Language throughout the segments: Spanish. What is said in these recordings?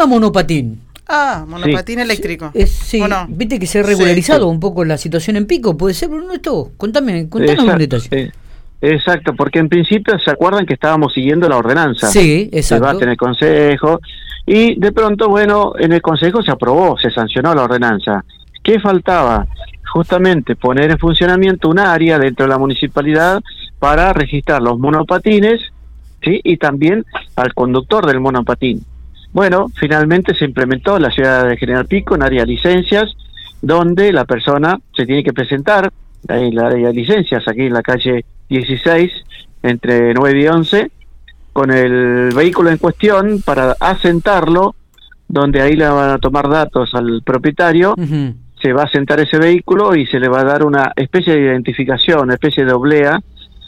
tema monopatín. Monopatín eléctrico. Sí, viste que se ha regularizado un poco la situación en Pico, ¿puede ser, Bruno, esto? Contanos un detalle. Exacto, porque en principio se acuerdan que estábamos siguiendo la ordenanza. Sí, exacto. Se debate en el Consejo, y de pronto, bueno, en el Consejo se aprobó, se sancionó la ordenanza. ¿Qué faltaba? Justamente poner en funcionamiento un área dentro de la municipalidad para registrar los monopatines, ¿sí? Y también al conductor del monopatín. Bueno, finalmente se implementó en la ciudad de General Pico un área de licencias, donde la persona se tiene que presentar en la área de licencias, aquí en la calle 16, entre 9 y 11, con el vehículo en cuestión para asentarlo, donde ahí le van a tomar datos al propietario. Uh-huh. Se va a asentar ese vehículo y se le va a dar una especie de identificación, una especie de oblea,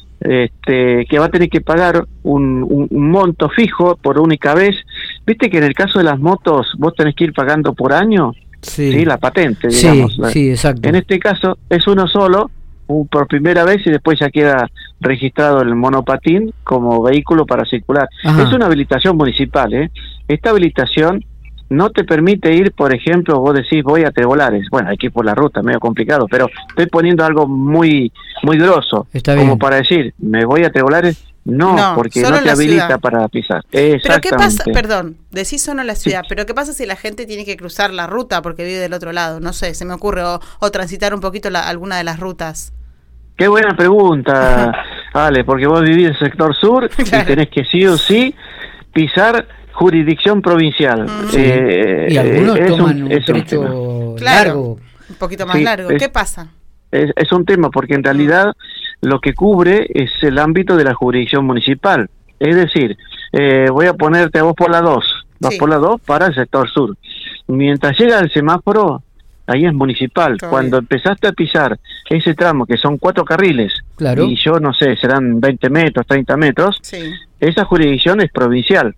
que va a tener que pagar un monto fijo por única vez. Viste que en el caso de las motos vos tenés que ir pagando por año, sí, la patente, digamos. Sí, exacto. En este caso es uno solo, por primera vez, y después ya queda registrado el monopatín como vehículo para circular. Ajá. Es una habilitación municipal, ¿eh? Esta habilitación no te permite ir, por ejemplo, vos decís voy a Tregolares. Bueno, hay que ir por la ruta, medio complicado, pero estoy poniendo algo muy grosso, como para decir, me voy a Tregolares. No, porque no te habilita ciudad para pisar. Exactamente. Pero ¿qué pasa? Perdón, decís solo en la ciudad, sí. Pero ¿qué pasa si la gente tiene que cruzar la ruta porque vive del otro lado? No sé, se me ocurre, o transitar un poquito alguna de las rutas. Qué buena pregunta, Ale, porque vos vivís en el sector sur, claro, y tenés que sí o sí pisar jurisdicción provincial. Y algunos toman un trecho largo. Un poquito más largo. ¿Qué pasa? Es un tema, porque en realidad lo que cubre es el ámbito de la jurisdicción municipal. Es decir, voy a ponerte a vos por la 2, vas por la 2 para el sector sur. Mientras llega el semáforo, ahí es municipal. Cuando empezaste a pisar ese tramo, que son 4 carriles, claro, y yo no sé, serán 20 metros, 30 metros, esa jurisdicción es provincial.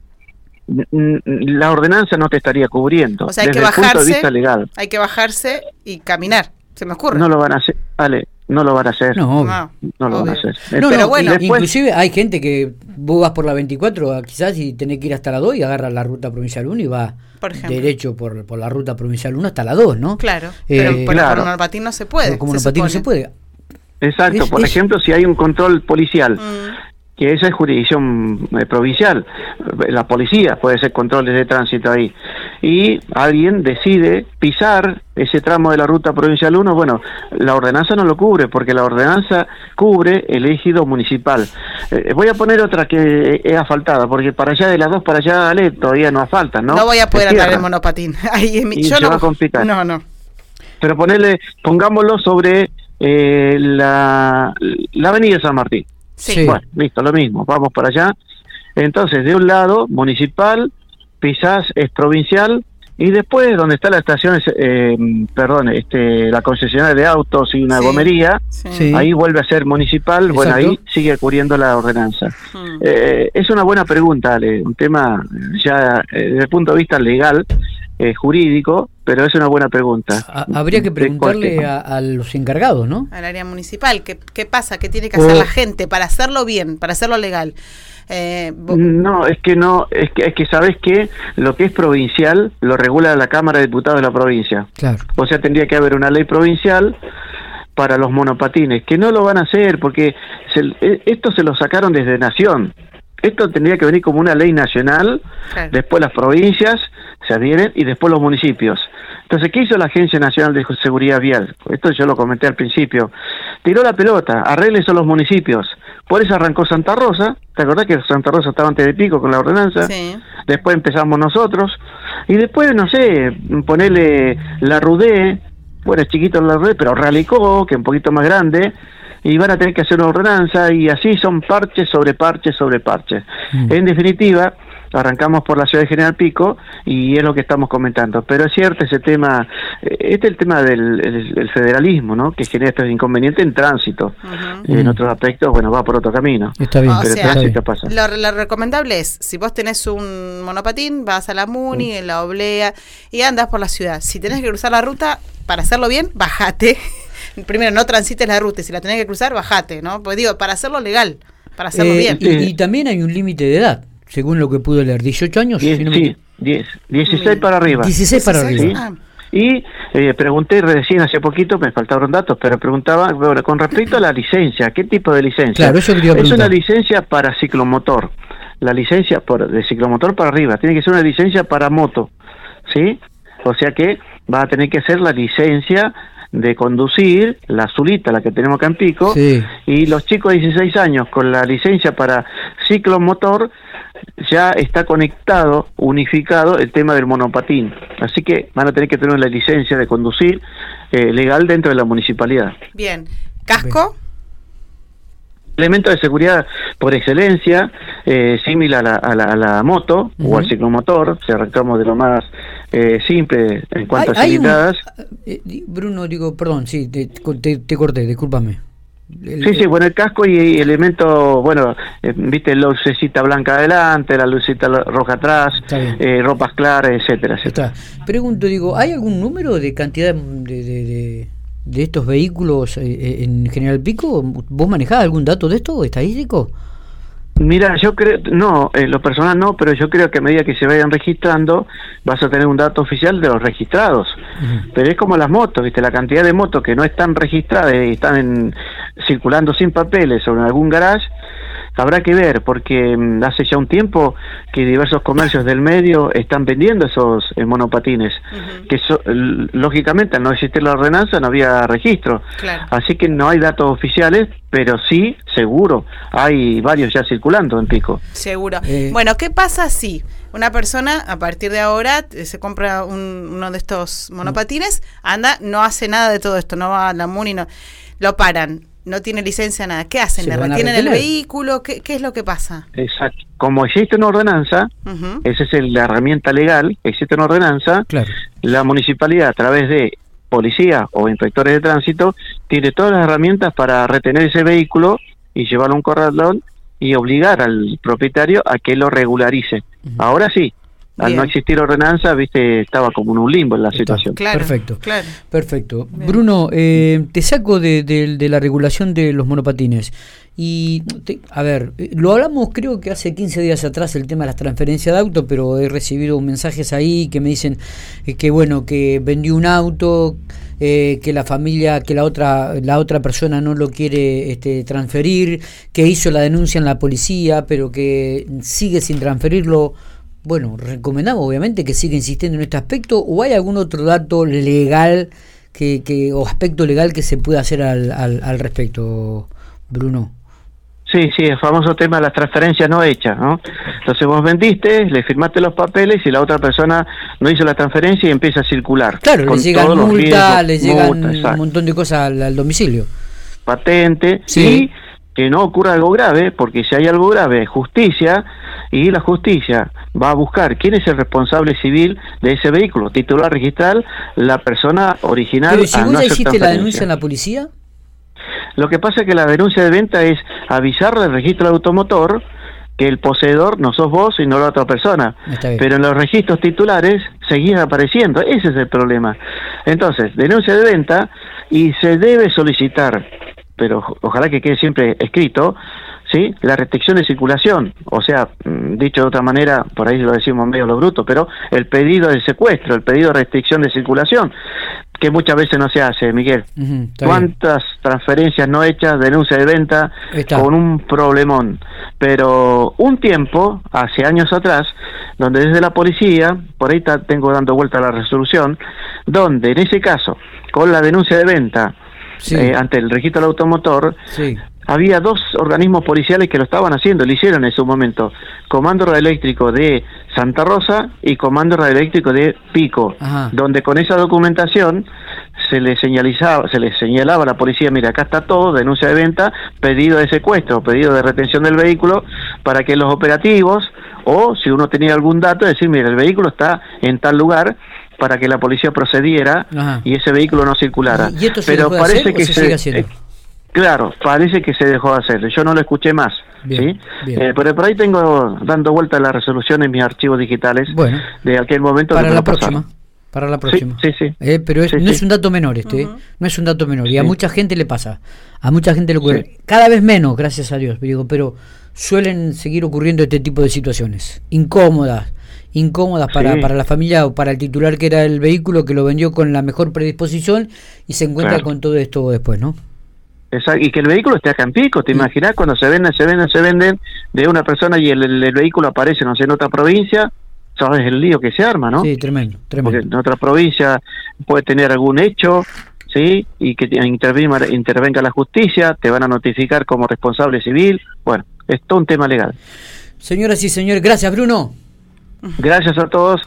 La ordenanza no te estaría cubriendo. O sea, hay desde que bajarse, el punto de vista legal. Hay que bajarse y caminar, se me ocurre. No lo van a hacer, Ale, no lo van a hacer. No lo van a hacer. Pero bueno, después, inclusive hay gente que vos vas por la 24 quizás y tenés que ir hasta la 2 y agarras la ruta provincial 1 y vas derecho por la ruta provincial 1 hasta la 2, ¿no? Claro, pero por monopatín no se puede. Como monopatín no se puede. Exacto, por ejemplo, si hay un control policial, que esa es jurisdicción provincial, la policía puede hacer controles de tránsito ahí, y alguien decide pisar ese tramo de la ruta provincial 1, bueno, la ordenanza no lo cubre, porque la ordenanza cubre el ejido municipal. Voy a poner otra que es asfaltada, porque para allá de las 2 para allá, Ale, todavía no asfaltan, ¿no? No voy a poder andar en monopatín. Ahí yo se va a complicar. No. Pero pongámoslo sobre la avenida San Martín. Sí. Bueno, listo, lo mismo, vamos para allá. Entonces, de un lado, municipal, pisás es provincial, y después, donde está la estación, la concesionaria de autos y una gomería, ahí vuelve a ser municipal. Exacto. Bueno, ahí sigue cubriendo la ordenanza. Es una buena pregunta, Ale, un tema ya desde el punto de vista legal, jurídico, pero es una buena pregunta. Habría que preguntarle a los encargados, ¿no? Al área municipal, ¿qué pasa? ¿Qué tiene que hacer la gente para hacerlo bien, para hacerlo legal? No, es que sabes que lo que es provincial lo regula la Cámara de Diputados de la provincia. Claro. O sea, tendría que haber una ley provincial para los monopatines, que no lo van a hacer porque esto se lo sacaron desde Nación. Esto tendría que venir como una ley nacional, claro, después las provincias se adhieren y después los municipios. Entonces, ¿qué hizo la Agencia Nacional de Seguridad Vial? Esto yo lo comenté al principio. Tiró la pelota, arréglense los municipios. Por eso arrancó Santa Rosa. ¿Te acordás que Santa Rosa estaba antes de Pico con la ordenanza? Sí. Después empezamos nosotros. Y después, no sé, ponerle la Rudé. Bueno, es chiquito la Rudé, pero Ralicó, que es un poquito más grande. Y van a tener que hacer una ordenanza, y así son parches sobre parches sobre parches. En definitiva, arrancamos por la ciudad de General Pico, y es lo que estamos comentando. Pero es cierto ese tema, es el tema del federalismo, ¿no? Que genera estos inconvenientes en tránsito. En otros aspectos, bueno, va por otro camino. Está bien. Pero tránsito pasa. Lo recomendable es, si vos tenés un monopatín, vas a la Muni, en la Oblea, y andás por la ciudad. Si tenés que cruzar la ruta, para hacerlo bien, bajate. Primero, no transites la ruta, y si la tenés que cruzar, bajate, ¿no? Pues digo, para hacerlo legal, para hacerlo bien. Y también hay un límite de edad, según lo que pude leer, 18 años. 16 para arriba. 16 para arriba. ¿Sí? Y pregunté recién hace poquito, me faltaron datos, pero preguntaba, bueno, con respecto a la licencia, ¿qué tipo de licencia? Claro, eso quería preguntar. Es una licencia para ciclomotor. La licencia de ciclomotor para arriba, tiene que ser una licencia para moto, ¿sí? O sea que va a tener que ser la licencia de conducir, la azulita, la que tenemos acá en Pico, sí. Y los chicos de 16 años con la licencia para ciclomotor ya está conectado, unificado el tema del monopatín. Así que van a tener que tener la licencia de conducir legal dentro de la municipalidad. Bien. ¿Casco? Elemento de seguridad por excelencia, similar a la moto o al ciclomotor, si arrancamos de lo más simple en cuanto a cilindradas. Bruno, perdón, sí, te corté, discúlpame. Sí, bueno, el casco y elemento, bueno, viste, la lucecita blanca adelante, la lucecita roja atrás, ropas claras, etcétera, etcétera. Pregunto, ¿hay algún número de cantidad de estos vehículos en General Pico? ¿Vos manejás algún dato de esto estadístico? Mira, yo creo, no, lo personal no, pero yo creo que a medida que se vayan registrando vas a tener un dato oficial de los registrados. Pero es como las motos, ¿viste? La cantidad de motos que no están registradas y están circulando sin papeles o en algún garage, habrá que ver, porque hace ya un tiempo que diversos comercios del medio están vendiendo esos monopatines, que lógicamente al no existir la ordenanza no había registro, claro. Así que no hay datos oficiales, pero sí, seguro, hay varios ya circulando en Pico. Seguro. Bueno, ¿qué pasa si una persona a partir de ahora se compra uno de estos monopatines, anda, no hace nada de todo esto, no va a la MUNI, no, lo paran? No tiene licencia, nada. ¿Qué hacen? ¿Le retienen el vehículo? ¿Qué es lo que pasa? Exacto. Como existe una ordenanza, esa es la herramienta legal, existe una ordenanza, claro. La municipalidad a través de policía o inspectores de tránsito tiene todas las herramientas para retener ese vehículo y llevarlo a un corralón y obligar al propietario a que lo regularice. Ahora sí. Al no existir ordenanza, viste, estaba como en un limbo en la situación. Claro, perfecto, claro. Perfecto. Bien. Bruno, te saco de la regulación de los monopatines. Y, a ver, lo hablamos creo que hace 15 días atrás, el tema de las transferencias de auto, pero he recibido mensajes ahí que me dicen que bueno, que vendió un auto, que la familia, que la otra persona no lo quiere transferir, que hizo la denuncia en la policía, pero que sigue sin transferirlo. Bueno, recomendamos obviamente que siga insistiendo en este aspecto, o hay algún otro dato legal o aspecto legal que se pueda hacer al respecto, Bruno. Sí, el famoso tema de las transferencias no hechas, ¿no? Entonces vos vendiste, le firmaste los papeles y la otra persona no hizo la transferencia y empieza a circular. Claro, le llegan multas, le llegan un montón de cosas al domicilio. Patente, sí. Y que no ocurra algo grave, porque si hay algo grave, justicia, y la justicia va a buscar quién es el responsable civil de ese vehículo, titular registral, la persona original. Pero si vos ya hiciste la denuncia en la policía. Lo que pasa es que la denuncia de venta es avisarle al registro de automotor que el poseedor no sos vos y no la otra persona, pero en los registros titulares seguían apareciendo, ese es el problema. Entonces, denuncia de venta y se debe solicitar, pero ojalá que quede siempre escrito, ¿sí? La restricción de circulación, o sea, dicho de otra manera, por ahí lo decimos medio lo bruto, pero el pedido de secuestro, el pedido de restricción de circulación, que muchas veces no se hace, Miguel. ¿Cuántas transferencias no hechas, denuncia de venta, con un problemón? Pero un tiempo, hace años atrás, donde desde la policía, por ahí tengo dando vuelta a la resolución, donde en ese caso, con la denuncia de venta, ante el registro del automotor, había dos organismos policiales que lo estaban haciendo, lo hicieron en su momento, Comando Radioeléctrico de Santa Rosa y Comando Radioeléctrico de Pico, donde con esa documentación se le señalaba a la policía, mira, acá está todo, denuncia de venta, pedido de secuestro, pedido de retención del vehículo, para que los operativos, o si uno tenía algún dato, decir, mira, el vehículo está en tal lugar, para que la policía procediera y ese vehículo no circulara. ¿Y esto se pero dejó de parece hacer, que o se sigue haciendo? Claro, parece que se dejó de hacer. Yo no lo escuché más. Bien, ¿sí? Pero por ahí tengo dando vuelta la resolución en mis archivos digitales de aquel momento. Para la próxima. Para la próxima. Sí. Pero no es un dato menor no es un dato menor. Y a mucha gente le pasa. A mucha gente le ocurre. Cada vez menos, gracias a Dios. Pero suelen seguir ocurriendo este tipo de situaciones incómodas incómodas Sí. para la familia o para el titular que era el vehículo, que lo vendió con la mejor predisposición y se encuentra Claro. con todo esto después, ¿no? Exacto, y que el vehículo esté acá en Pico, ¿te imaginas cuando se venden de una persona y el vehículo aparece, no sé, en otra provincia? ¿Sabes el lío que se arma, no? Sí, tremendo. Porque en otra provincia puede tener algún hecho, ¿sí? Y que intervenga la justicia, te van a notificar como responsable civil. Bueno, es todo un tema legal. Señoras y señores, gracias, Bruno. Gracias a todos.